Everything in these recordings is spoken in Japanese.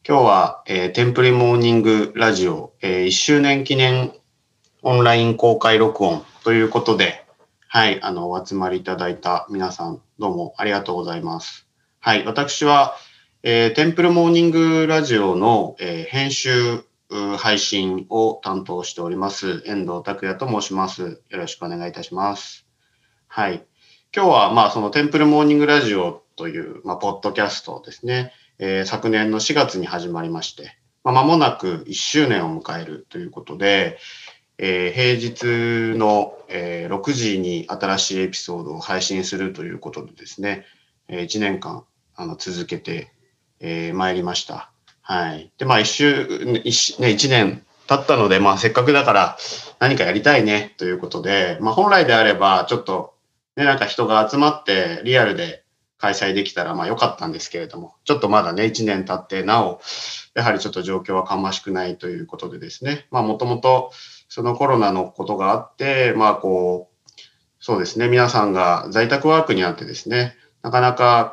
今日は、テンプレモーニングラジオ、1周年記念オンライン公開録音ということで、はい、お集まりいただいた皆さん、どうもありがとうございます。はい、私は、テンプレモーニングラジオの、編集、配信を担当しております、遠藤拓也と申します。よろしくお願いいたします。はい。今日は、そのテンプレモーニングラジオという、ポッドキャストですね。昨年の4月に始まりまして、間もなく1周年を迎えるということで、平日の、6時に新しいエピソードを配信するということでですね、1年間続けて参りました。はい。で、1年経ったので、せっかくだから何かやりたいねということで、本来であればちょっとね、なんか人が集まってリアルで開催できたら良かったんですけれども、ちょっとまだね、1年経ってなお、やはりちょっと状況は芳しくないということでですね、もともとそのコロナのことがあって、そうですね、皆さんが在宅ワークにあってですね、なかなか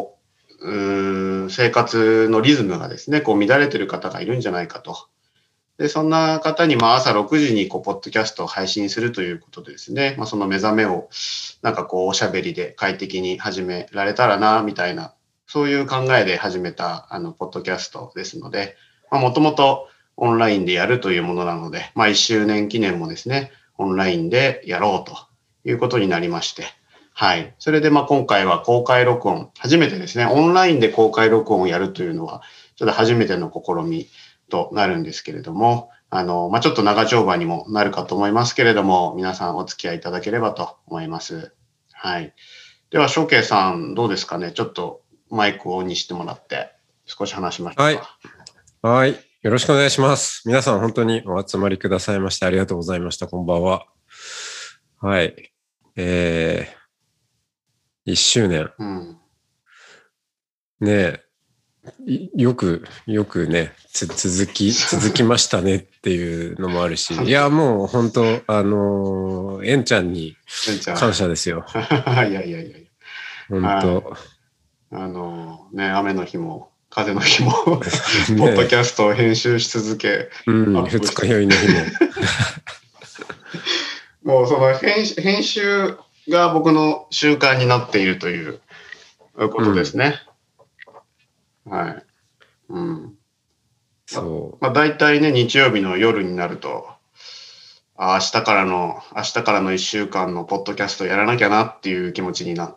生活のリズムがですね、乱れてる方がいるんじゃないかと。で、そんな方に朝6時にポッドキャストを配信するということでですね、その目覚めをおしゃべりで快適に始められたらな、みたいな、そういう考えで始めたポッドキャストですので、もともとオンラインでやるというものなので、1周年記念もですね、オンラインでやろうということになりまして、はい。それで今回は公開録音、初めてですね、オンラインで公開録音をやるというのは、ちょっと初めての試みとなるんですけれども、ちょっと長丁場にもなるかと思いますけれども、皆さんお付き合いいただければと思います。はい。では、翔慶さん、どうですかね。ちょっとマイクをオンにしてもらって、少し話しましょうか。 はい。よろしくお願いします。皆さん本当にお集まりくださいましてありがとうございました。こんばんは。はい。1周年。ねえ、よくね、続きましたねっていうのもあるし、いや、もう本当、エンちゃんに感謝ですよ。 いや。 本当。 雨の日も、風の日も、ポッドキャストを編集し続け。 二日酔いの日も。 もうその編集が僕の習慣になっているということですね。はい。そう。大体ね、日曜日の夜になると、明日からの1週間のポッドキャストやらなきゃなっていう気持ちになって。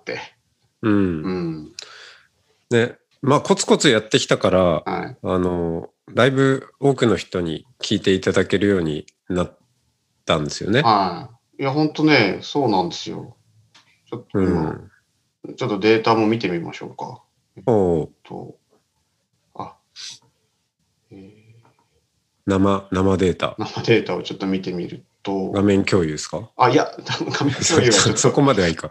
ね、コツコツやってきたから、だいぶ多くの人に聞いていただけるようになったんですよね。 はい。いや、本当ね、そうなんですよ。ちょっと今、ちょっとデータも見てみましょうか。 生データ。 生データをちょっと見てみると。 画面共有ですか？ いや、画面共有はちょっと。 そこまではいいか。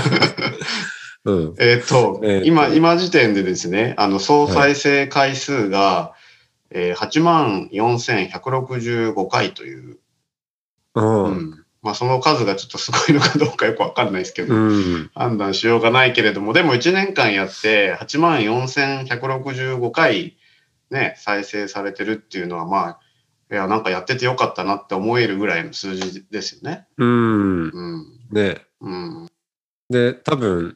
今時点でですね、総再生回数が、84,165 回という。その数がちょっとすごいのかどうかよくわかんないですけど、判断しようがないけれども、でも1年間やって84,165 回ね、再生されてるっていうのは、いや、なんかやっててよかったなって思えるぐらいの数字ですよね。 ね。で、多分、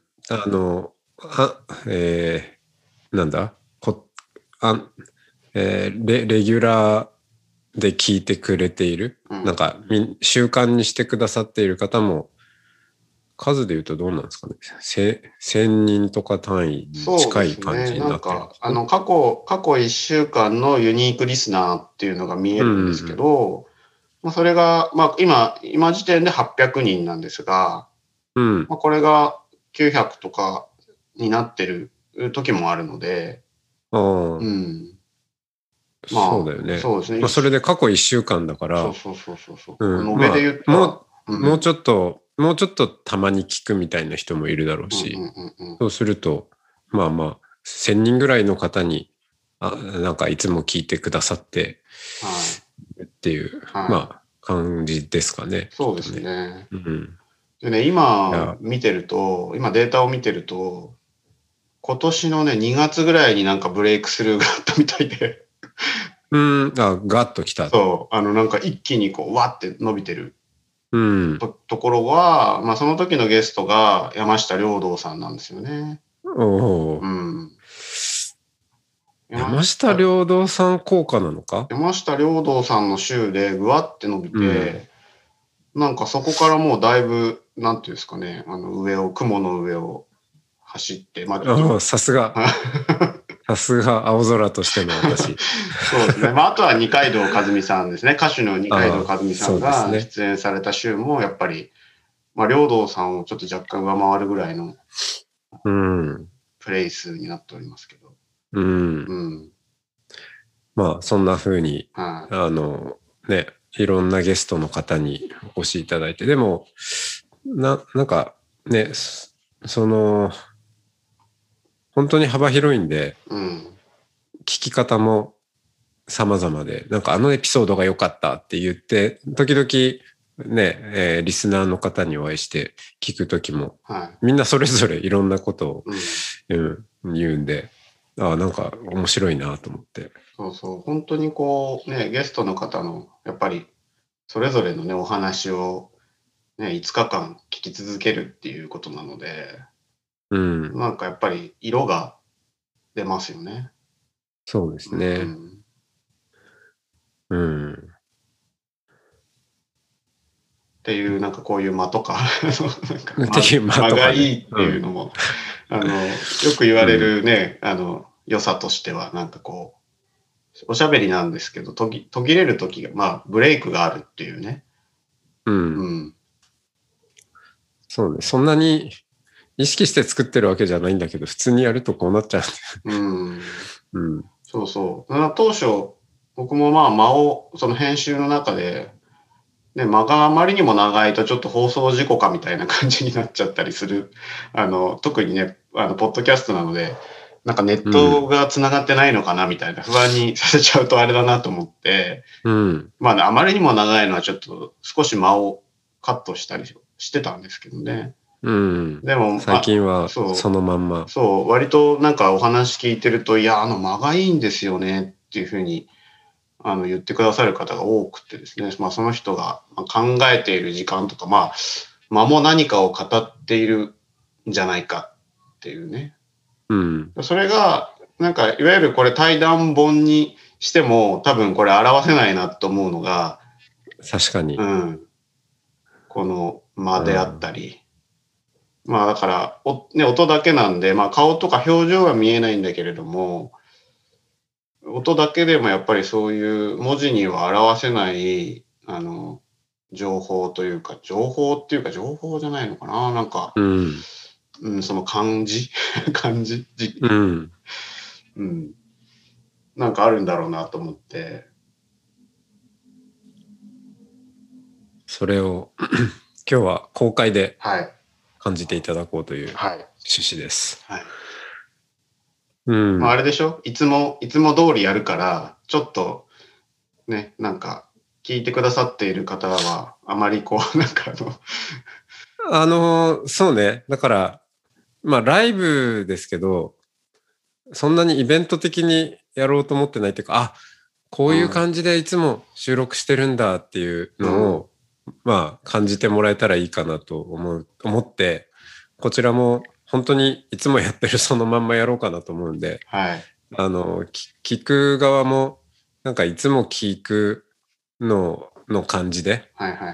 なんだレギュラーで聞いてくれている、なんか習慣にしてくださっている方も数で言うとどうなんですかね。1000人とか単位に近い感じになってるんですか？ 過去1週間のユニークリスナーっていうのが見えるんですけど、それが、今時点で800人なんですが、これが900とかになってる時もあるので、 そうだよね。 そうですね。 それで過去1週間だから、 延べで言ったら、 もうちょっとたまに聞くみたいな人もいるだろうし、そうすると、1000人ぐらいの方に、なんかいつも聞いてくださってっていう、感じですかね。 そうですね。でね、今データを見てると、今年のね、2月ぐらいになんかブレイクスルーがあったみたいで。 ガッと来た。 そう、なんか一気にこう、わって伸びてる。ところは、まあその時のゲストが山下良道さんなんですよね。 山下良道さん効果なのか？ 山下良道さんの週でぐわって伸びて、なんかそこからもうだいぶ、なんていうんですかね、雲の上を走って、 さすが。さすが青空としての私。 そうですね。まあ、あとは二階堂和美さんですね。歌手の二階堂和美さんが出演された週も、やっぱり、まあ、良道さんをちょっと若干上回るぐらいの、プレイ数になっておりますけど。 まあ、そんな風に、ね、いろんなゲストの方にお越しいただいて、でも、なんかね、本当に幅広いんで、聞き方も様々で、なんかエピソードが良かったって言って、時々ね、リスナーの方にお会いして聞くときも、みんなそれぞれいろんなことを、言うんで、なんか面白いなと思って。 そうそう、本当にこうね、ゲストの方のやっぱりそれぞれのね、お話をね、5日間聞き続けるっていうことなので、なんかやっぱり色が出ますよね。 そうですね。 っていう、なんかこういう間とか、 間がいいっていうのも、よく言われるね、良さとしては、なんかこう、おしゃべりなんですけど、途切れる時が、まあ、ブレイクがあるっていうね。 そうね。そんなに意識して作ってるわけじゃないんだけど、普通にやるとこうなっちゃう。 そうそう。当初、僕もまあ間を、その編集の中で、ね、間があまりにも長いとちょっと放送事故かみたいな感じになっちゃったりする。特にね、ポッドキャストなので、なんかネットが繋がってないのかなみたいな不安にさせちゃうとあれだなと思って、まあ、あまりにも長いのはちょっと少し間をカットしたりしてたんですけどね。 でも、最近はそのまんま。 そう、割となんかお話聞いてると、いや、間がいいんですよねっていうふうに、言ってくださる方が多くてですね、まあその人が考えている時間とか、まあ、間も何かを語っているんじゃないかっていうね。それが、なんか、いわゆるこれ対談本にしても多分これ表せないなと思うのが、 確かに。 この間であったり、まあだから、音だけなんで、まあ顔とか表情は見えないんだけれども、音だけでもやっぱりそういう文字には表せない、情報というか、情報じゃないのかな、なんか、その感じなんかあるんだろうなと思って。 それを今日は公開で感じていただこうという趣旨です。 まああれでしょ、いつも通りやるから、ちょっとね、なんか聞いてくださっている方はあまりこうなんかそうね。だからまあライブですけど、そんなにイベント的にやろうと思ってないっていうか、こういう感じでいつも収録してるんだっていうのを、まあ感じてもらえたらいいかなと思って、こちらも本当にいつもやってるそのまんまやろうかなと思うんで、聞く側もなんかいつも聞くの感じで、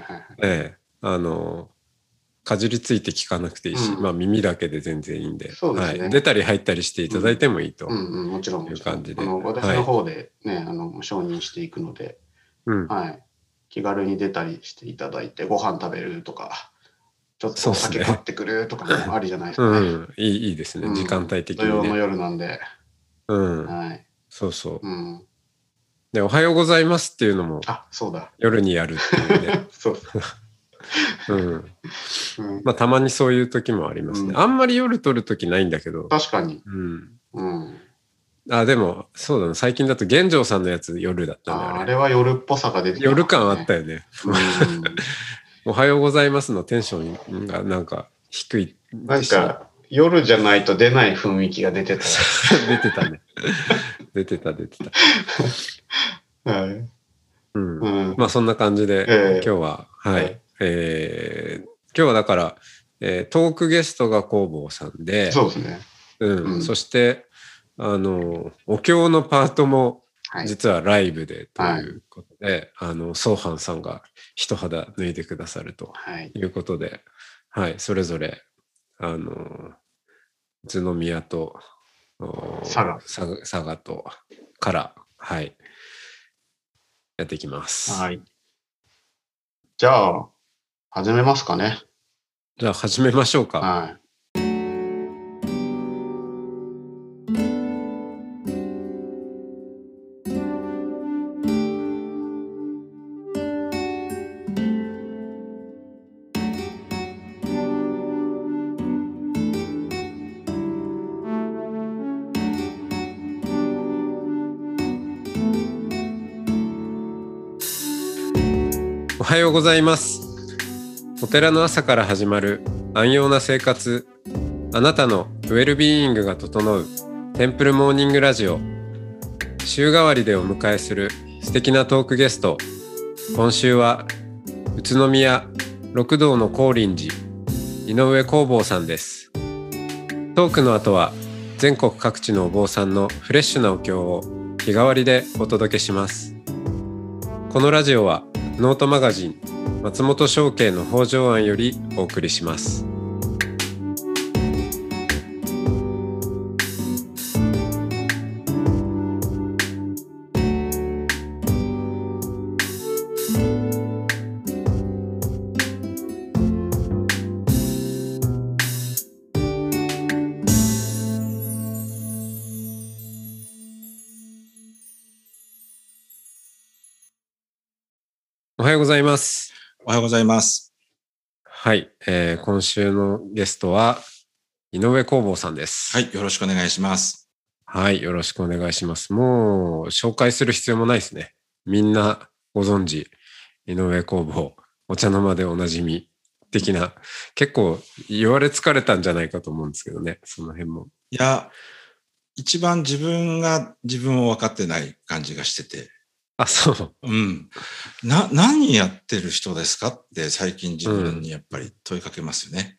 かじりついて聞かなくていいし、まあ耳だけで全然いいんで、出たり入ったりしていただいてもいいという感じで。 私の方でね、承認していくので、気軽に出たりしていただいて、ご飯食べるとか、ちょっとお酒買ってくるとかもありじゃないですかね。 いいですね、時間帯的にね。 土曜の夜なんで。 そうそう。で、おはようございますっていうのも、夜にやるっていうね。まあたまにそういう時もありますね。あんまり夜撮る時ないんだけど。 確かに。 でもそうだな、最近だと玄城さんのやつ夜だったね。 あれは夜っぽさが出てきた、 夜感あったよね。おはようございますのテンションがなんか低い。 なんか夜じゃないと出ない雰囲気が出てた。 出てたね。出てた。 はい。 まあそんな感じで、今日は、はい。今日はだから、トークゲストが工房さんで、 そうですね。 そして、お経のパートも、実はライブでということで、ソーハンさんが一肌脱いでくださるということで、はい、それぞれ、宇都宮と、佐賀と、から、はい、やっていきます。 はい。じゃあ、始めますかね。 じゃあ、始めましょうか。 はい。 おはようございます。お寺の朝から始まる安養な生活、あなたのウェルビーイングが整うテンプルモーニングラジオ。週替わりでお迎えする素敵なトークゲスト。今週は宇都宮六道の高林寺井上工房さんです。トークの後は全国各地のお坊さんのフレッシュなお経を日替わりでお届けします。このラジオはノートマガジン松本商家の北条庵よりお送りします。おはようございます。 おはようございます。 はい、今週のゲストは井上工房さんです。 はい、よろしくお願いします。 はい、よろしくお願いします。もう紹介する必要もないですね。みんなご存知、井上工房、お茶の間でおなじみ的な、結構言われ疲れたんじゃないかと思うんですけどね、その辺も。 いや、一番自分が自分を分かってない感じがしてて。 あ、そう。 何やってる人ですかって最近自分にやっぱり問いかけますよね。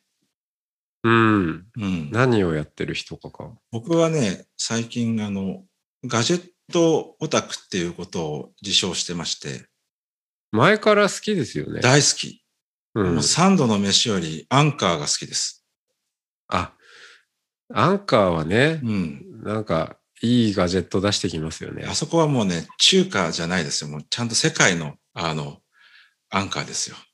何をやってる人か。 僕はね、最近ガジェットオタクっていうことを自称してまして。 前から好きですよね。 大好き。3度の飯よりアンカーが好きです。 あ、アンカーはね、なんかいいガジェット出してきますよね。 あそこはもうね、中華じゃないですよ。もうちゃんと世界のアンカーですよ。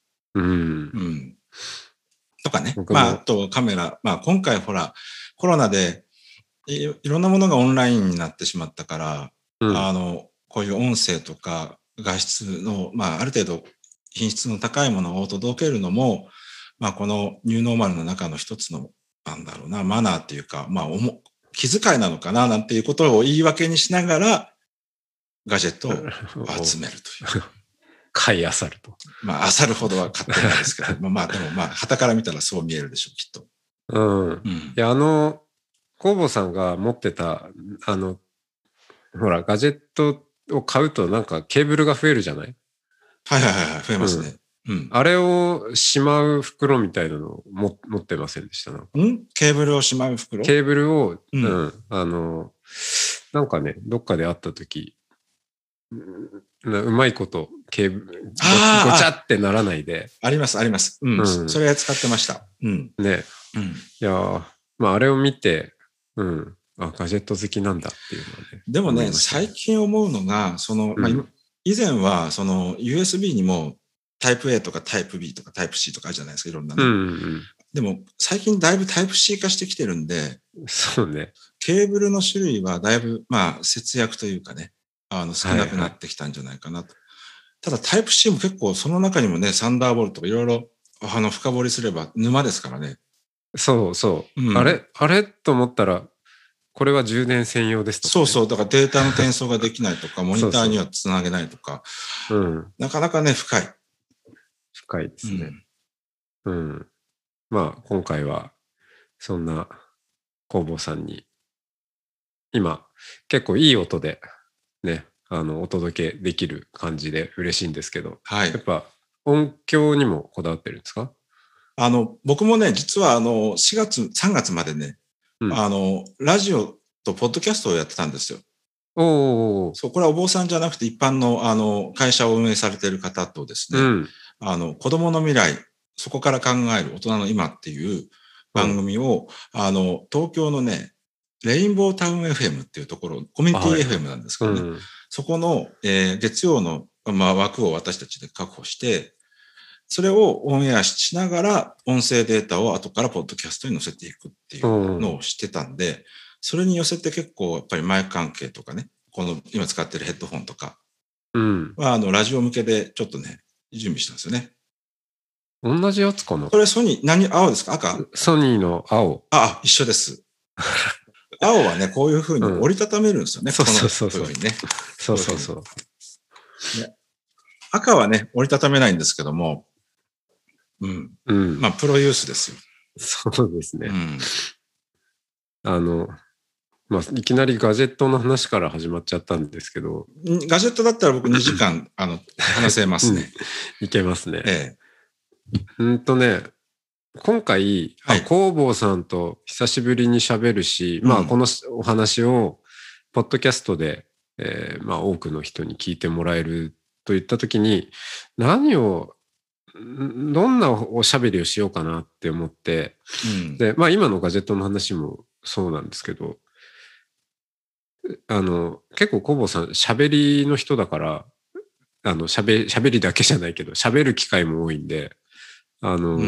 とかね。あとカメラ。今回ほら、コロナでいろんなものがオンラインになってしまったから、こういう音声とか画質の、ある程度品質の高いものを届けるのも、このニューノーマルの中の一つの、マナーっていうか、気遣いなのかななんていうことを言い訳にしながら、ガジェットを集めるという。 買い漁ると。 漁るほどは買ってないですけど、でも旗から見たらそう見えるでしょう、きっと。 いや、工房さんが持ってた、ほら、ガジェットを買うとなんかケーブルが増えるじゃない？ はい、増えますね。 あれをしまう袋みたいなのを持ってませんでした？ ケーブルをしまう袋？ ケーブルを、なんかね、どっかで会った時、うまいことケーブル、ごちゃってならないで。 あります。それ使ってました。 ね。いや、あれを見て、ガジェット好きなんだっていうのはね。 でもね、最近思うのが、以前は、USB にもタイプ A とかタイプ B とかタイプ C とかあるじゃないですか、いろんなね。でも、最近だいぶタイプ C 化してきてるんで、 そうね。 ケーブルの種類はだいぶ、節約というかね、少なくなってきたんじゃないかなと。ただタイプ C も結構その中にもね、サンダーボルトとかいろいろ深掘りすれば沼ですからね。 そう。あれと思ったら、これは充電専用ですとか、 ね。そう。だからデータの転送ができないとか、モニターにはつなげないとか。なかなかね、深い。 深いですね。今回は、そんな工房さんに、今、結構いい音でね、お届けできる感じで嬉しいんですけど、 はい。 やっぱ音響にもこだわってるんですか？ 僕もね、実は3月までね、ラジオとポッドキャストをやってたんですよ。そう、これはお坊さんじゃなくて一般の、会社を運営されている方とですね、子供の未来、そこから考える大人の今っていう番組を、東京のね、レインボータウン FM っていうところ、コミュニティ FM なんですけどね、そこの、月曜の、枠を私たちで確保して、それをオンエアしながら、音声データを後からポッドキャストに載せていくっていうのをしてたんで、それに寄せて結構やっぱりマイク関係とかね、この今使ってるヘッドホンとかは、ラジオ向けでちょっとね、準備したんですよね。 同じやつかな？ これソニー、青ですか？赤？ ソニーの青。 一緒です。青はね、こういう風に折りたためるんですよね。 そうそうそう。 こういう風にね。 そうそうそう。 赤はね、折りたためないんですけども、まあ、プロユースですよ。 そうですね。まあ、いきなりガジェットの話から始まっちゃったんですけど。 ガジェットだったら僕2時間、話せますね。 いけますね。今回、工房さんと久しぶりに喋るし、まあ、このお話を、ポッドキャストで、まあ、多くの人に聞いてもらえるといったときに、どんなおしゃべりをしようかなって思って、で、まあ、今のガジェットの話もそうなんですけど、結構工房さん喋りの人だから、喋りだけじゃないけど、喋る機会も多いんで、い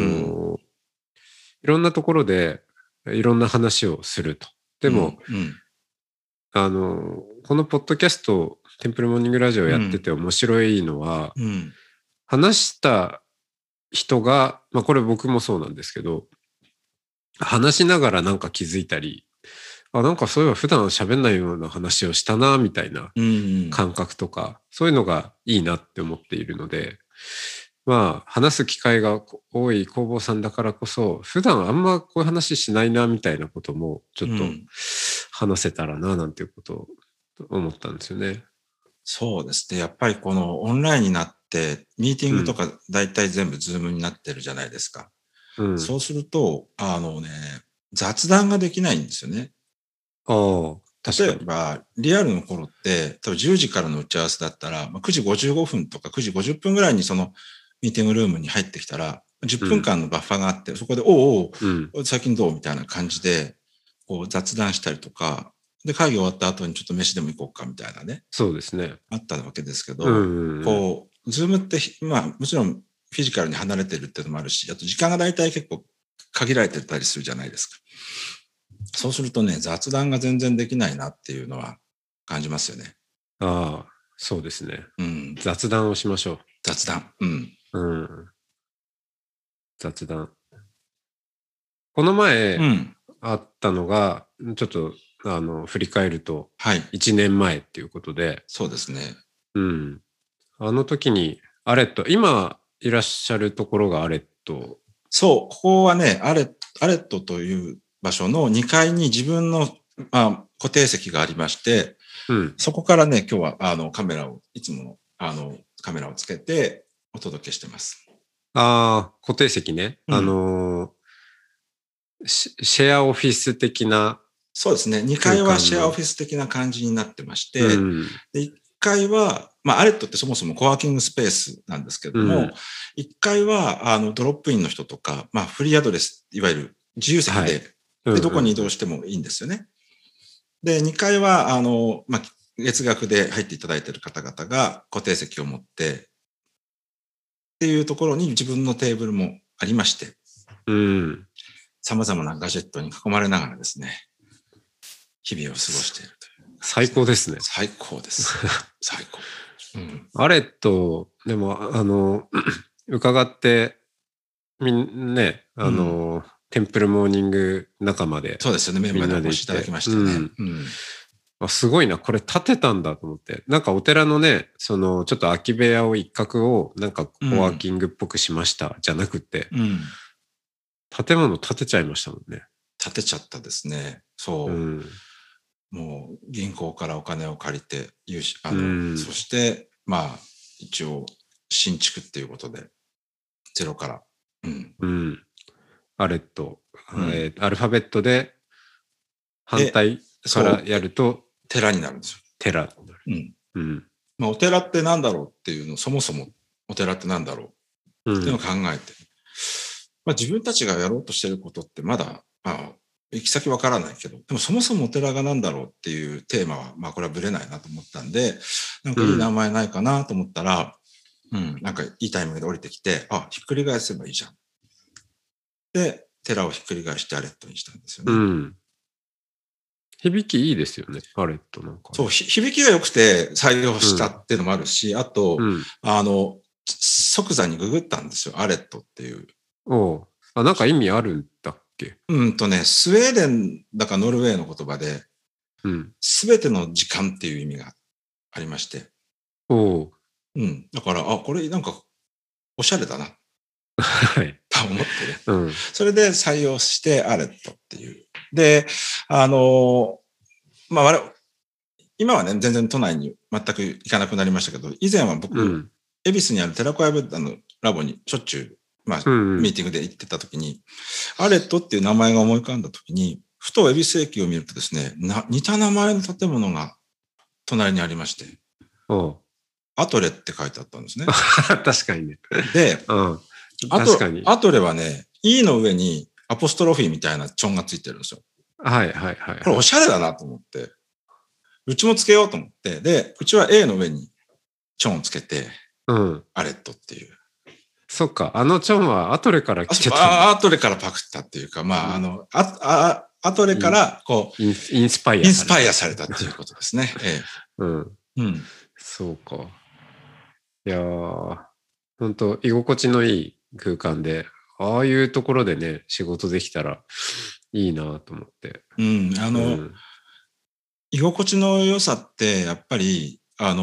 ろんなところでいろんな話をすると。でも、このポッドキャスト、テンプルモーニングラジオやってて面白いのは、話した人が、まあこれ僕もそうなんですけど、話しながらなんか気づいたり、なんかそういえば普段喋んないような話をしたな、みたいな感覚とか、そういうのがいいなって思っているので、まあ話す機会が多い工房さんだからこそ、普段あんまこういう話しないな、みたいなこともちょっと話せたらな、なんていうことを思ったんですよね。 そうですね。やっぱりこのオンラインになって、ミーティングとか大体全部ズームになってるじゃないですか。そうすると、雑談ができないんですよね。例えば、リアルの頃って、多分10時からの打ち合わせだったら、9時55分とか9時50分ぐらいにそのミーティングルームに入ってきたら、10分間のバッファがあって、そこで、最近どうみたいな感じで、こう雑談したりとか、で、会議終わった後にちょっと飯でも行こうかみたいなね。 そうですね。 あったわけですけど、こう、ズームって、まあ、もちろんフィジカルに離れてるっていうのもあるし、あと時間が大体結構限られてたりするじゃないですか。そうするとね、雑談が全然できないなっていうのは感じますよね。 ああ、そうですね。雑談をしましょう。 雑談。 雑談。この前、あったのが、ちょっと、振り返ると、1年前っていうことで。 そうですね。 あの時に、アレット、今いらっしゃるところがアレット。 そう、ここはね、アレットという場所の2階に自分の、固定席がありまして、そこからね、今日はカメラを、いつものカメラをつけてお届けしてます。 固定席ね。シェアオフィス的な。 そうですね。2階はシェアオフィス的な感じになってまして、で1階は、アレットってそもそもコワーキングスペースなんですけども、1階はドロップインの人とか、フリーアドレス、いわゆる自由席で、でどこに移動してもいいんですよね。で、2階は、月額で入っていただいている方々が固定席を持って、っていうところに自分のテーブルもありまして、様々なガジェットに囲まれながらですね、日々を過ごしているという。 最高ですね。 最高です。最高。 アレット、でも、伺って、みんなね、テンプルモーニング仲間で。 そうですよね、メンバーでお越しいただきましたね。 すごいな、これ建てたんだと思って。なんかお寺のね、ちょっと空き部屋を一角をなんかコワーキングっぽくしました、じゃなくて、建物建てちゃいましたもんね。 建てちゃったですね。 そう。もう銀行からお金を借りて、そして、まあ、一応、新築っていうことで、ゼロから。 アレット、アルファベットで反対からやると、 寺になるんですよ。 寺。 まあ、お寺ってなんだろうっていうのを、そもそもお寺ってなんだろうっていうのを考えて、まあ、自分たちがやろうとしてることってまだ、行き先わからないけど、でもそもそもお寺が何だろうっていうテーマは、まあこれはぶれないなと思ったんで、なんかいい名前ないかなと思ったら、なんかいいタイミングで降りてきて、ひっくり返せばいいじゃん。で、寺をひっくり返してアレットにしたんですよね。 響きいいですよね、アレットなんか。 そう、響きが良くて採用したっていうのもあるし、あと、即座にググったんですよ、アレットっていう。 なんか意味あるんだっけ？ スウェーデンだかノルウェーの言葉で、すべての時間っていう意味がありまして。だから、これなんか、おしゃれだな。 はい。 と思ってね。それで採用してアレットっていう。で、まあ、今はね、全然都内に全く行かなくなりましたけど、以前は僕、恵比寿にある寺子屋ブッダのラボにしょっちゅう、ミーティングで行ってた時に、アレットっていう名前が思い浮かんだ時に、ふと恵比寿駅を見るとですね、似た名前の建物が隣にありまして、アトレって書いてあったんですね。 確かにね。 で、アトレはね、E の上にアポストロフィーみたいなチョンがついてるんですよ。 これおしゃれだなと思って、うちもつけようと思って、で、うちは A の上にチョンをつけて、アレットっていう。 そっか、チョンはアトレから来てた。 アトレからパクったっていうか、まあ、アトレからこう、 インスパイアされたっていうことですね。 そうか。いやー、本当居心地のいい空間で、ああいうところでね、仕事できたらいいなと思って。 居心地の良さって、やっぱり、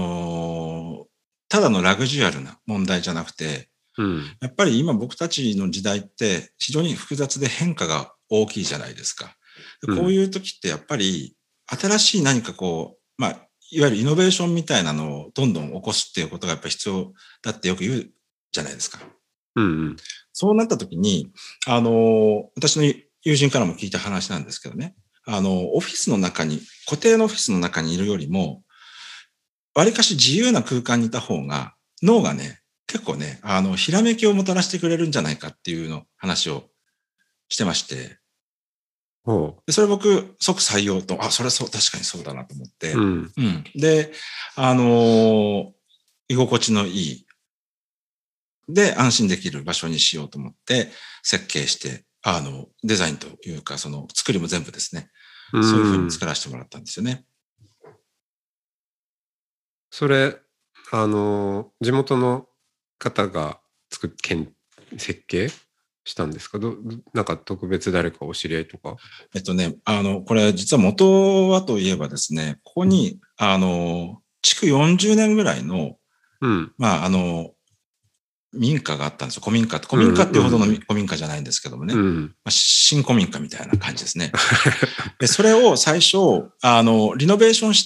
ただのラグジュアルな問題じゃなくて、やっぱり今僕たちの時代って非常に複雑で変化が大きいじゃないですか。こういう時ってやっぱり新しい何かこう、まあ、いわゆるイノベーションみたいなのをどんどん起こすっていうことがやっぱり必要だってよく言うじゃないですか。そうなった時に、私の友人からも聞いた話なんですけどね、オフィスの中に、固定のオフィスの中にいるよりも、わりかし自由な空間にいた方が、脳がね、結構ね、ひらめきをもたらしてくれるんじゃないかっていうの話をしてまして。でそれ僕、即採用と、それそう、確かにそうだなと思って。で、居心地のいい、で、安心できる場所にしようと思って、設計して、デザインというか、その作りも全部ですね。そういうふうに作らせてもらったんですよね。 それ、地元の方が設計したんですか？なんか特別誰かお知り合いとか？ これ実は元はといえばですね、ここに、築40年ぐらいの、まあ、民家があったんですよ。古民家っていうほどの古民家じゃないんですけどもね。新古民家みたいな感じですね。でそれを最初、リノベーションして、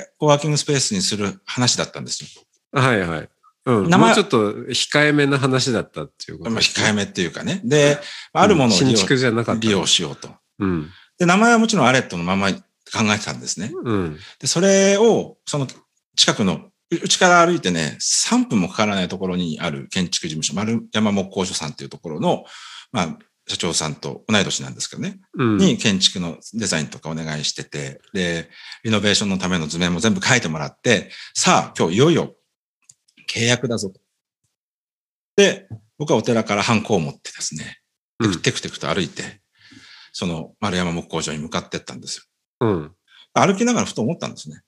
コワーキングスペースにする話だったんですよ。 もうちょっと控えめな話だったっていうことですね。 控えめっていうかね。で、あるものを利用しようと。で、名前はもちろんアレットのまま考えてたんですね。で、それを、その近くの、うちから歩いてね、3分もかからないところにある建築事務所、丸山木工所さんっていうところの、まあ、社長さんと同い年なんですけどね、に建築のデザインとかお願いしてて、で、リノベーションのための図面も全部書いてもらって、さあ、今日いよいよ契約だぞと。で、僕はお寺からハンコを持ってですね、テクテクと歩いて、その丸山木工所に向かってったんですよ。歩きながらふと思ったんですね。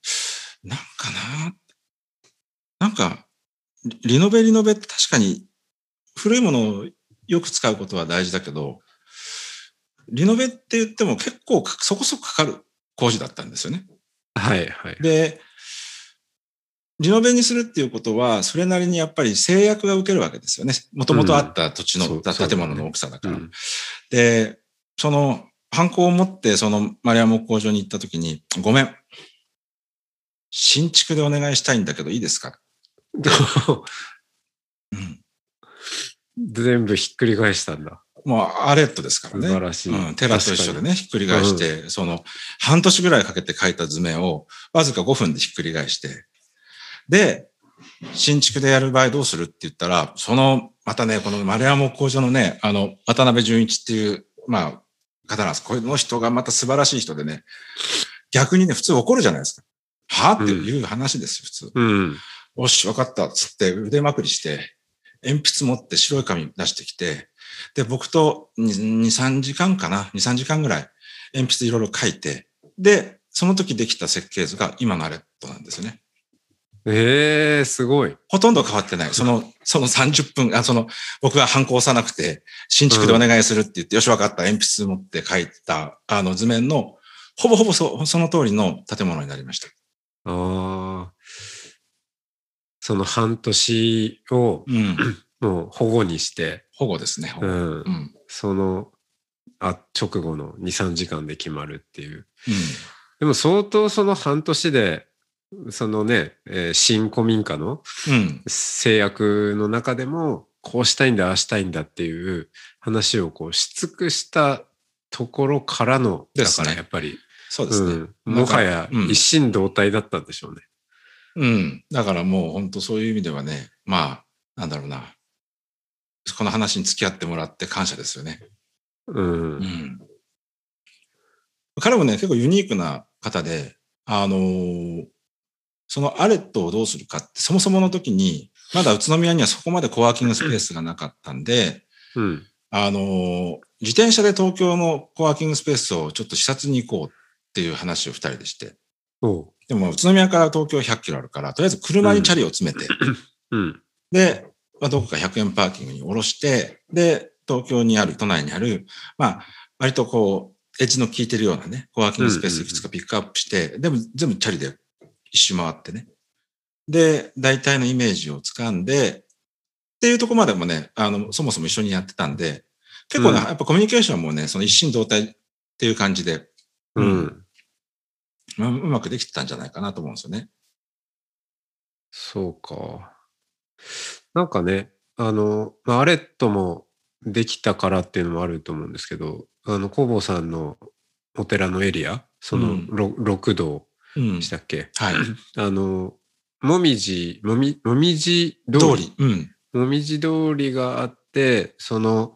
なんか、リノベって確かに古いものをよく使うことは大事だけど、リノベって言っても結構そこそこかかる工事だったんですよね。で、リノベにするっていうことは、それなりにやっぱり制約が受けるわけですよね。もともとあった土地の建物の大きさだから。で、そのハンコを持って、その丸山木工場に行った時に、ごめん。新築でお願いしたいんだけどいいですかうん、 全部ひっくり返したんだ。 もうアレットですからね。 素晴らしい。 うん、テラと一緒でね、ひっくり返して、その半年ぐらいかけて書いた図面をわずか5分でひっくり返して、で、新築でやる場合どうするって言ったら、またね、この丸山木工場のね、渡辺淳一っていう、まあ、方なんです。この人がまた素晴らしい人でね、逆にね、普通怒るじゃないですか。はっていう話ですよ、普通。 うん。 よし、わかった。つって腕まくりして、鉛筆持って白い紙出してきて、で、僕と2、3時間かな ?2、3時間ぐらい鉛筆いろいろ書いて、で、その時できた設計図が今のアレットなんですよね。 すごい。 ほとんど変わってない。その30分、僕がハンコ押さなくて、新築でお願いするって言って、よしわかった鉛筆持って書いた、図面の、ほぼほぼその通りの建物になりました。 ああ。その半年を、もう保護にして。 保護ですね、保護。 その、直後の2、3時間で決まるっていう。でも相当その半年で、そのね、新古民家の制約の中でも、こうしたいんだ、ああしたいんだっていう話をこうし尽くしたところからの、だからやっぱり、 そうですね。 もはや一心同体だったんでしょうね。 だからもう本当そういう意味ではね、まあ、なんだろうな。この話に付き合ってもらって感謝ですよね。彼もね、結構ユニークな方で、そのアレットをどうするかって、そもそもの時に、まだ宇都宮にはそこまでコワーキングスペースがなかったんで、自転車で東京のコワーキングスペースをちょっと視察に行こうっていう話を2人でして。でも宇都宮から東京100キロあるから、とりあえず車にチャリを詰めて、で、どこか100円パーキングに下ろして、で、東京にある、都内にある、まあ、割とこう、エッジの効いてるようなね、コワーキングスペースいくつかピックアップして、でも全部チャリで一周回ってね。で、大体のイメージをつかんで、っていうところまでもね、そもそも一緒にやってたんで、結構ね、やっぱコミュニケーションもね、その一心同体っていう感じで、うまくできてたんじゃないかなと思うんですよね。 そうか。なんかね、アレットもできたからっていうのもあると思うんですけど、工房さんのお寺のエリア、その六道でしたっけ、 はい。 もみじ通り。もみじ通りがあって、その、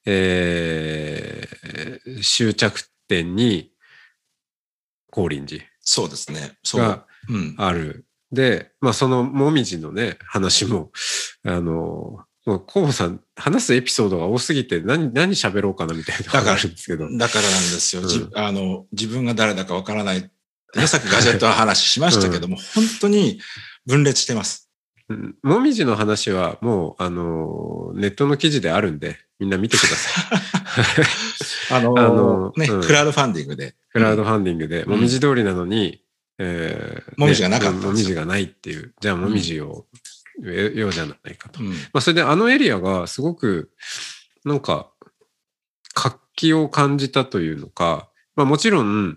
終着点に、高林寺。 そうですね。 がある。で、まあそのもみじのね、話も、もうコウさん、話すエピソードが多すぎて何喋ろうかなみたいなのがあるんですけど。 だからなんですよ。自分が誰だかわからない。さっきガジェットの話しましたけども、本当に分裂してます。 もみじの話はもう、ネットの記事であるんで、みんな見てください。 クラウドファンディングで。 クラウドファンディングで、もみじ通りなのに、 もみじがなかった。 もみじがないっていう。じゃあもみじを植えようじゃないかと。まあそれであのエリアがすごく、なんか、活気を感じたというのか、まあもちろん、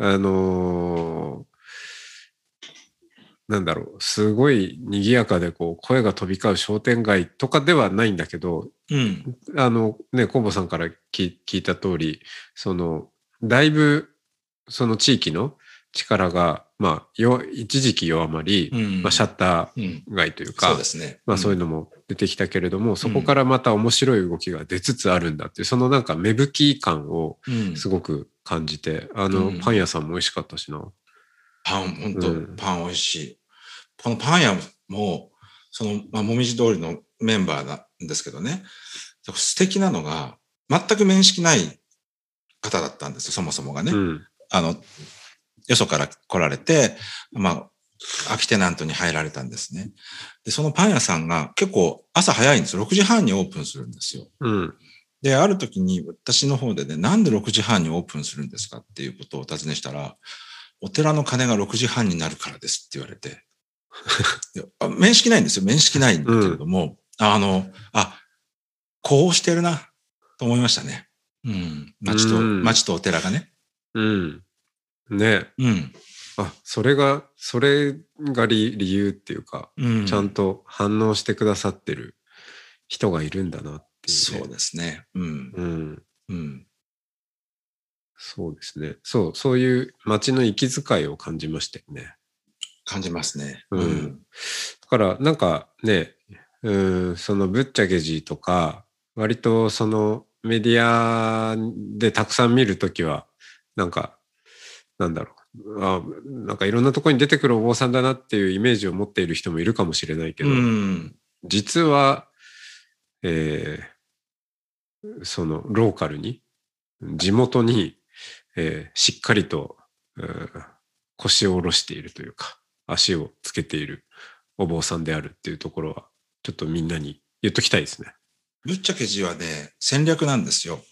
なんだろう、すごい賑やかでこう声が飛び交う商店街とかではないんだけど、コンボさんから聞いた通り、だいぶその地域の力が、まあ、一時期弱まり、まあ、シャッター街というか、 そうですね。 まあそういうのも出てきたけれども、そこからまた面白い動きが出つつあるんだっていう、そのなんか芽吹き感をすごく感じて、パン屋さんも美味しかったしな。 本当パン美味しい。このパン屋も、もみじ通りのメンバーなんですけどね、素敵なのが、全く面識ない方だったんですよ、そもそもがね。よそから来られて、まあ、空きテナントに入られたんですね。で、そのパン屋さんが結構朝早いんですよ。6時半にオープンするんですよ。で、ある時に私の方でね、なんで6時半にオープンするんですかっていうことをお尋ねしたら、お寺の鐘が6時半になるからですって言われて。面識ないんですよ。面識ないんだけれども、こうしてるな、と思いましたね。 うん。町とお寺がね。 うん。ね。 うん。 それが理由っていうか、ちゃんと反応してくださってる人がいるんだなっていうね。 そうですね。うん。うん。 そうですね。そういう街の息遣いを感じましたよね。 感じますね。 うん。だからなんかね、そのぶっちゃけじとか、割とそのメディアでたくさん見るときは、なんか、なんだろう。なんかいろんなところに出てくるお坊さんだなっていうイメージを持っている人もいるかもしれないけど、実は、そのローカルに、地元に、しっかりと、腰を下ろしているというか、足をつけているお坊さんであるっていうところは、ちょっとみんなに言っときたいですね。 ぶっちゃけじはね、戦略なんですよ。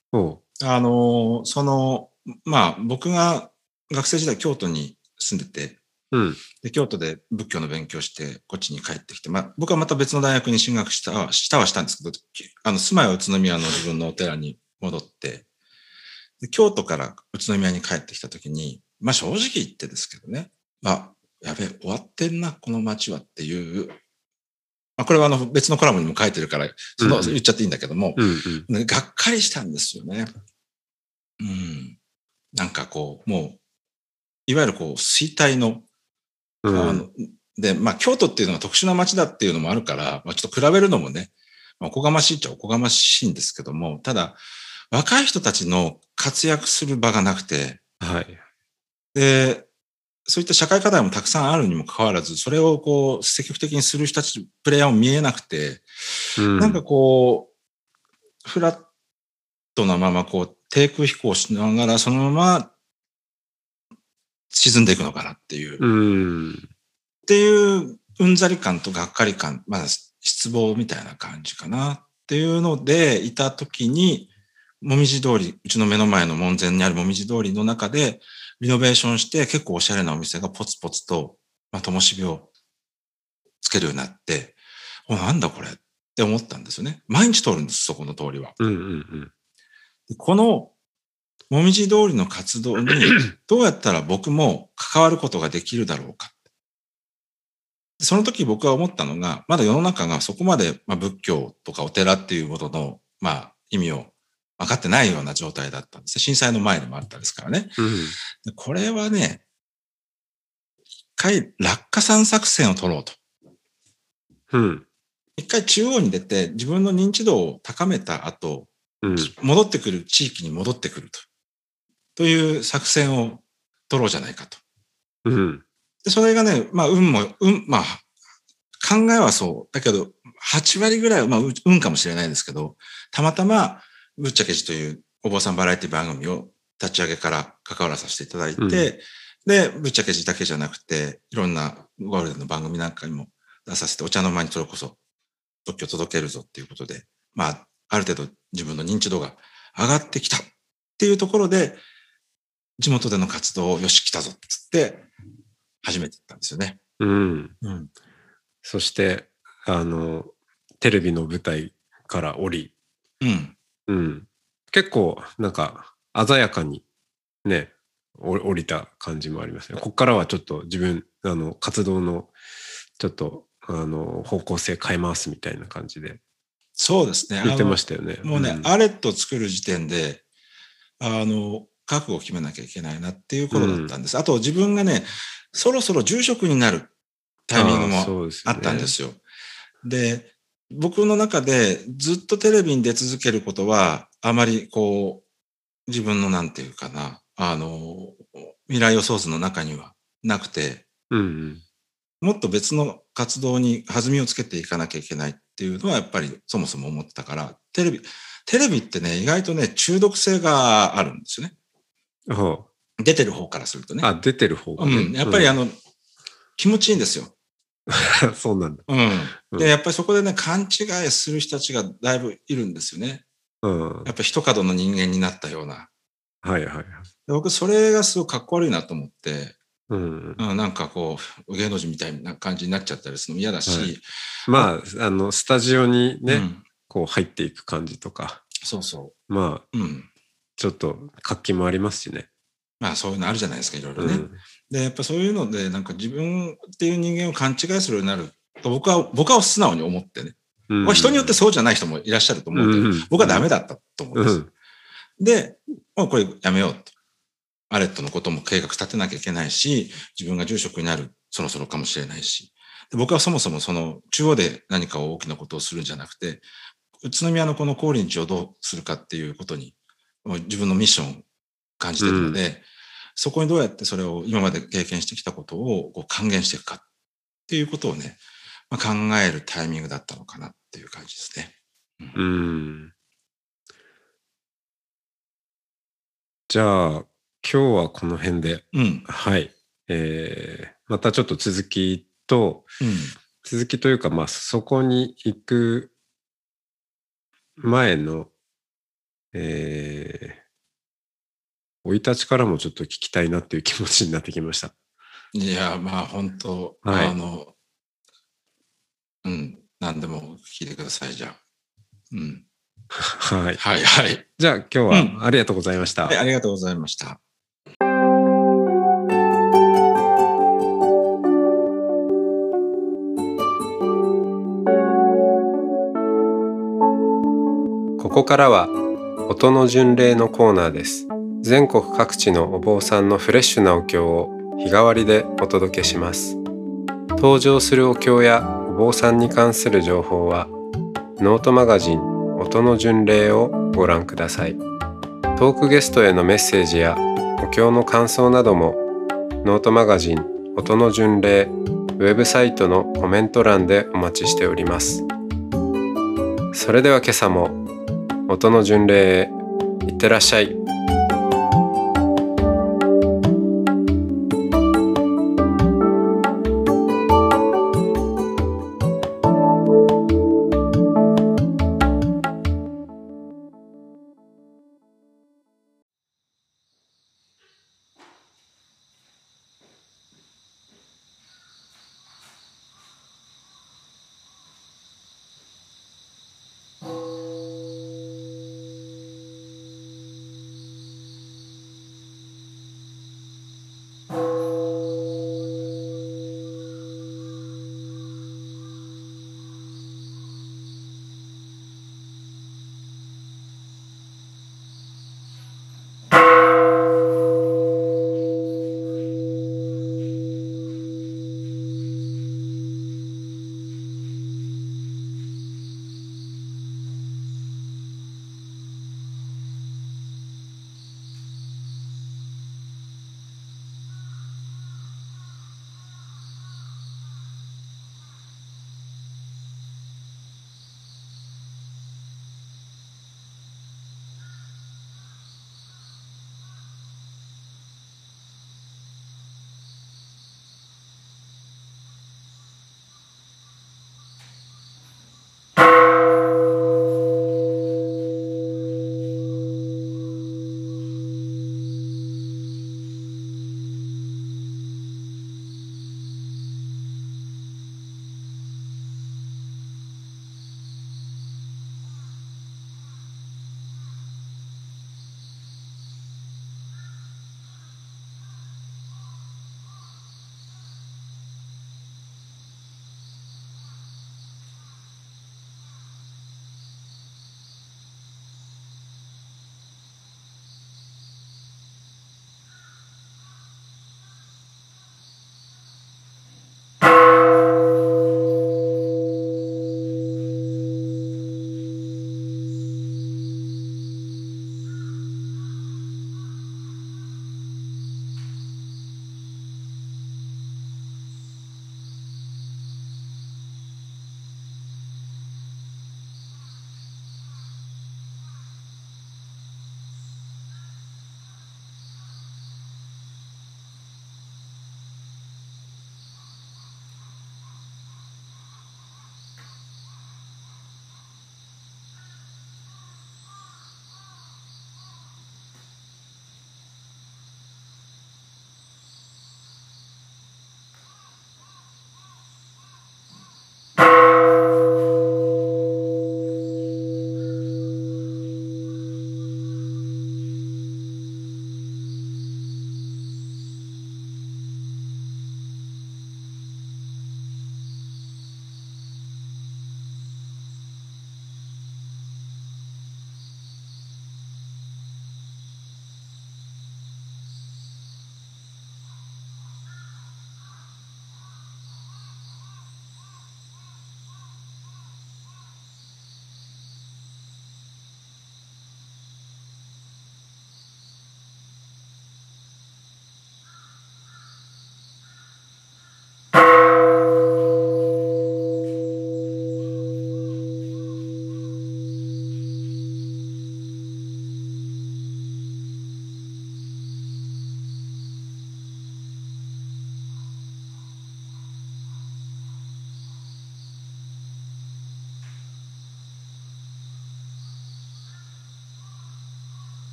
僕が学生時代京都に住んでて、で京都で仏教の勉強してこっちに帰ってきて、僕はまた別の大学に進学したんですけど、住まいは宇都宮の自分のお寺に戻って、で京都から宇都宮に帰ってきたときに、正直言ってですけどね、やべえ、終わってんな、この街はっていう、これは別のコラムにも書いてるから、言っちゃっていいんだけども、がっかりしたんですよね。なんかこう、もう、いわゆるこう、衰退の、で、京都っていうのは特殊な街だっていうのもあるから、ちょっと比べるのもね、おこがましいっちゃおこがましいんですけども、ただ、若い人たちの活躍する場がなくて、で、そういった社会課題もたくさんあるにもかかわらず、それをこう、積極的にする人たち、プレイヤーも見えなくて、なんかこう、フラットなままこう、低空飛行しながら、そのまま沈んでいくのかなっていう。っていううんざり感とがっかり感、失望みたいな感じかなっていうのでいたときに、もみじ通り、うちの目の前の門前にあるもみじ通りの中で、リノベーションして結構おしゃれなお店がポツポツと、灯火をつけるようになって、なんだこれって思ったんですよね。毎日通るんです、そこの通りは。このもみじ通りの活動にどうやったら僕も関わることができるだろうか。その時僕は思ったのが、まだ世の中がそこまで仏教とかお寺っていうことの意味を分かってないような状態だったんです。震災の前でもあったですからね。これはね、一回落下山作戦を取ろうと。一回中央に出て自分の認知度を高めた後、戻ってくる地域に戻ってくるという作戦を取ろうじゃないかと。でそれがね、考えはそう。だけど、8割ぐらいは、運かもしれないですけど、たまたま、ぶっちゃけじというお坊さんバラエティ番組を立ち上げから関わらさせていただいて、で、ぶっちゃけじだけじゃなくて、いろんなゴールデンの番組なんかにも出させて、お茶の間にそれこそ、仏教届けるぞっていうことで、ある程度自分の認知度が上がってきたっていうところで、地元での活動をよし来たぞって言って、始めていったんですよね。 そして、テレビの舞台から降り、結構、なんか、鮮やかにね、降りた感じもありますね。ここからはちょっと自分、活動の、ちょっと、方向性変えますみたいな感じで。 そうですね。 言ってましたよね。 もうね、アレットを作る時点で、覚悟を決めなきゃいけないなっていうことだったんです。あと自分がね、そろそろ住職になるタイミングもあったんですよ。で、僕の中でずっとテレビに出続けることは、あまりこう、自分のなんていうかな、未来予想図の中にはなくて、もっと別の活動に弾みをつけていかなきゃいけないっていうのはやっぱりそもそも思ってたから、テレビってね、意外とね、中毒性があるんですよね。出てる方からするとね。 出てる方がね。 やっぱり気持ちいいんですよ。 そうなんだ。 で、やっぱりそこでね、勘違いする人たちがだいぶいるんですよね。やっぱ一角の人間になったような。僕、それがすごくかっこ悪いなと思って、なんかこう、芸能人みたいな感じになっちゃったりするのも嫌だし。 スタジオにね、こう入っていく感じとか。 そうそう。まあ、ちょっと活気もありますしね。 まあそういうのあるじゃないですか、いろいろね。で、やっぱそういうので、なんか自分っていう人間を勘違いするようになると、僕は素直に思ってね。僕は人によってそうじゃない人もいらっしゃると思うけど、僕はダメだったと思うんです。で、もうこれやめようと。アレットのことも計画立てなきゃいけないし、自分が住職になるそろそろかもしれないし。で、僕はそもそもその中央で何か大きなことをするんじゃなくて、宇都宮のこの高林地をどうするかっていうことに、自分のミッションを感じてるので、そこにどうやってそれを今まで経験してきたことをこう還元していくかっていうことをね、考えるタイミングだったのかなっていう感じですね。 じゃあ、今日はこの辺で、はい。またちょっと続きというか、まあ、そこに行く前の、生い立ちからもちょっと聞きたいなっていう気持ちになってきました。 いや、まあ本当、 はい、 何でも聞いてください、じゃあ。 はい。 はいはい。 じゃあ今日はありがとうございました。 はい、ありがとうございました。 ここからは音の巡礼のコーナーです。全国各地のお坊さんのフレッシュなお経を日替わりでお届けします。登場するお経やお坊さんに関する情報はノートマガジン音の巡礼をご覧ください。トークゲストへのメッセージやお経の感想などもノートマガジン音の巡礼ウェブサイトのコメント欄でお待ちしております。それでは今朝も音の巡礼へいってらっしゃい。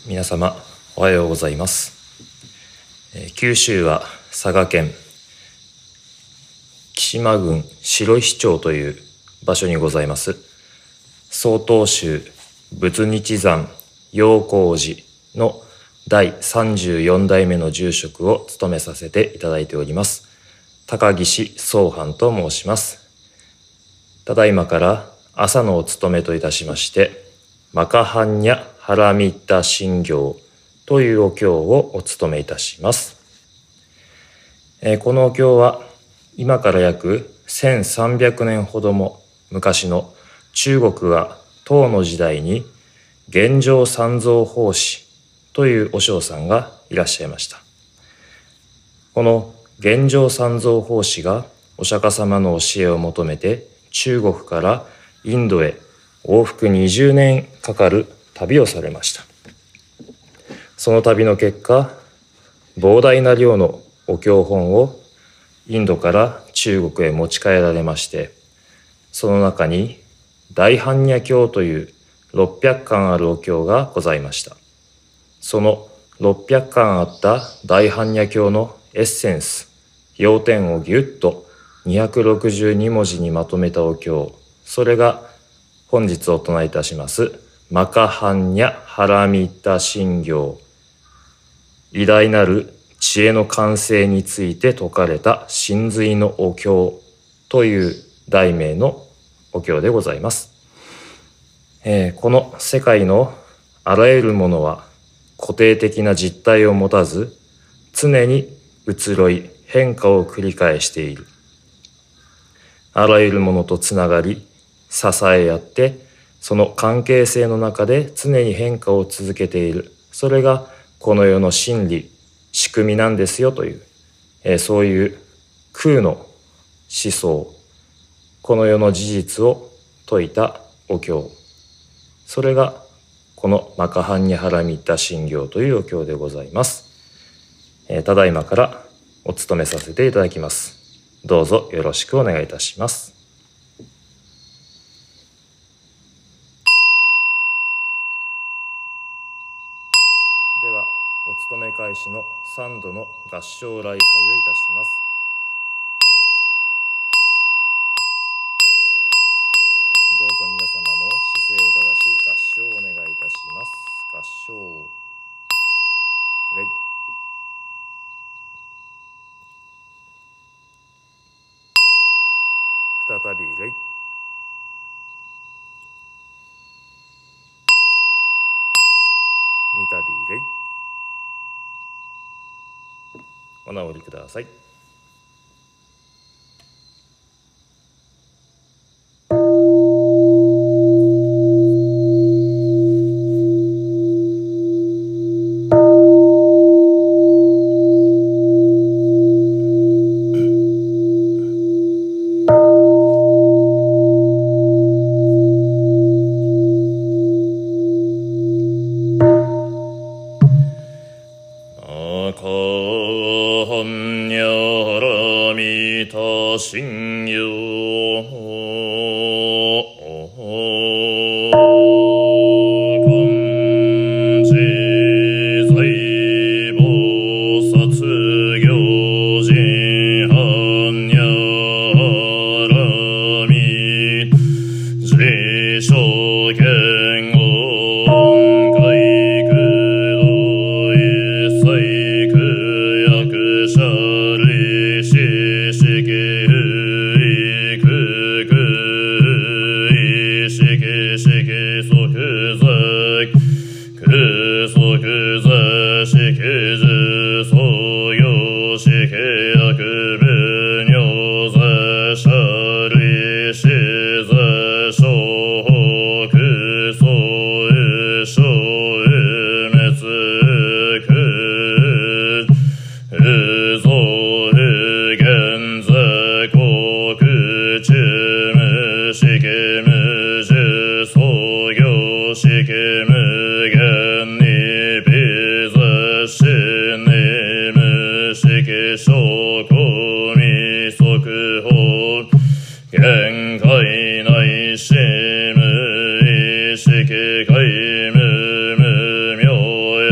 皆様おはようございます。九州は佐賀県木島郡白石町という場所にございます曹洞宗仏日山陽光寺の第34代目の住職を務めさせていただいております高岸宗範と申します。ただいまから朝のお務めといたしましてマカハンニャハラミッタ神行というお経をお務めいたします。このお経は今から約1300年ほども昔の中国は唐の時代に玄奘三蔵法師という和尚さんがいらっしゃいました。この玄奘三蔵法師がお釈迦様の教えを求めて中国からインドへ往復20年かかる旅をされました。その旅の結果、膨大な量のお経本をインドから中国へ持ち帰られまして、その中に大般若経という600巻あるお経がございました。その600巻あった大般若経のエッセンス、要点をぎゅっと262文字にまとめたお経、それが本日お唱えいたしますマカハンニャハラミッタ神行、偉大なる知恵の完成について説かれた真髄のお経という題名のお経でございます。この世界のあらゆるものは固定的な実体を持たず、常に移ろい変化を繰り返している。あらゆるものとつながり、支え合って、その関係性の中で常に変化を続けている。それがこの世の真理、仕組みなんですよという、そういう空の思想、この世の事実を説いたお経。それがこのマカハンニャハラミッタ神行というお経でございます。ただいまからお務めさせていただきます。どうぞよろしくお願いいたします。ではお務め開始の3度の合唱礼拝をいたします。どうぞ皆様も姿勢を正し合唱をお願いいたします。合唱礼。再び礼。三度礼。お直りください。信用漢字財菩薩行事般若波羅蜜自所見音海空道一切苦役者利子式限界内心無意識界無無明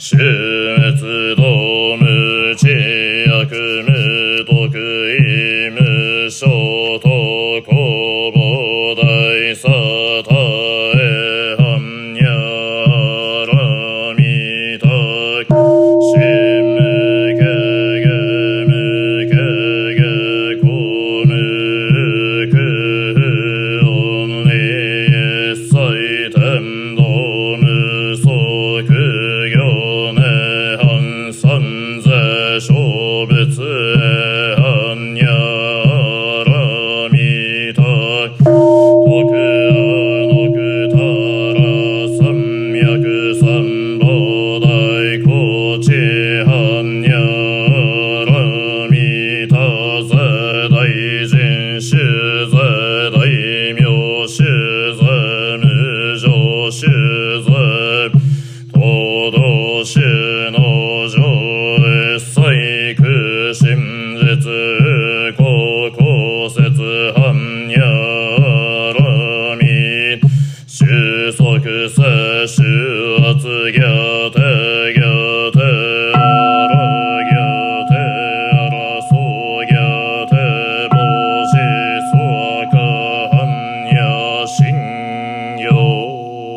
終滅道無知悪無徳意無所得公母大沙汰へ般若羅弥陀心無形無形公無空音理一切天道無足行涅槃三世小仏般若羅弥陀徳阿のくたら三脈三宝大高知般若羅弥陀世大人衆世大名衆世無常衆世東道衆の上一切空真実高校説般若羅弥収束世収圧行手行手あら行手あらそう行手帽子そうか般若心経。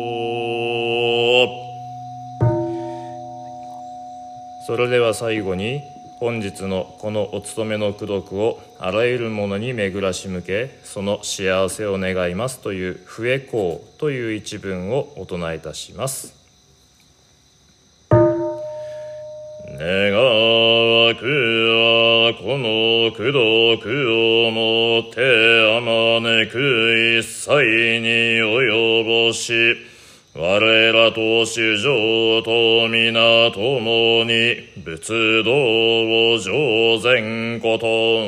それでは最後に本日のこのお勤めの功徳をあらゆるものに巡らし向け、その幸せを願いますという笛講という一文をお唱えいたします。願わくはこの功徳をもってあまねく一切に及ぼし、我らと主上と皆共に仏道を上善こと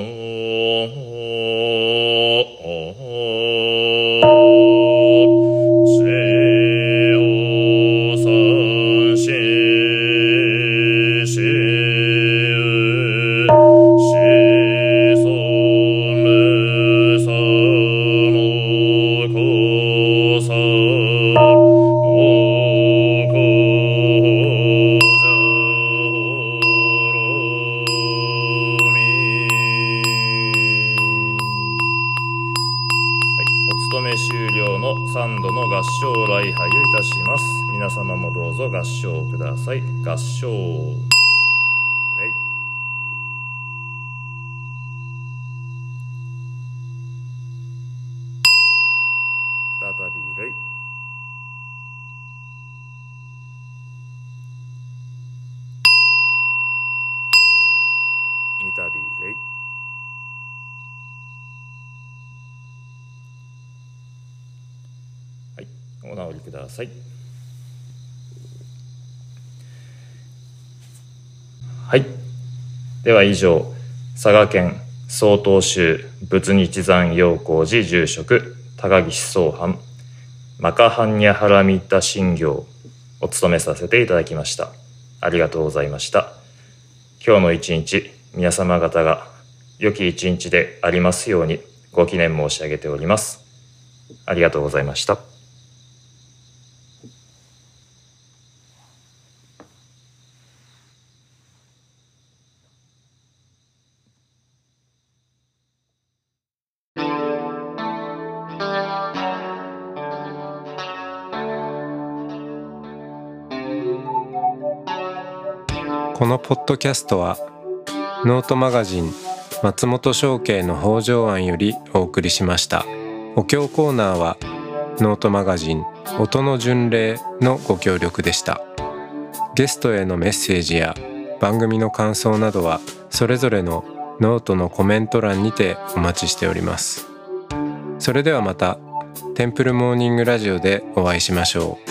3度の合唱礼拝をいたします。皆様もどうぞ合唱ください。合唱礼。再び礼。二度礼。お直りください。はい。では以上、佐賀県曹洞宗仏日山陽光寺住職高岸宗範マカハンニャハラミッタ神行をお務めさせていただきました。ありがとうございました。今日の一日、皆様方が良き一日でありますようにご祈念申し上げております。ありがとうございました。 このポッドキャストはノートマガジン松本商家の北条庵よりお送りしました。お経コーナーはノートマガジン音の巡礼のご協力でした。ゲストへのメッセージや番組の感想などはそれぞれのノートのコメント欄にてお待ちしております。それではまたテンプルモーニングラジオでお会いしましょう。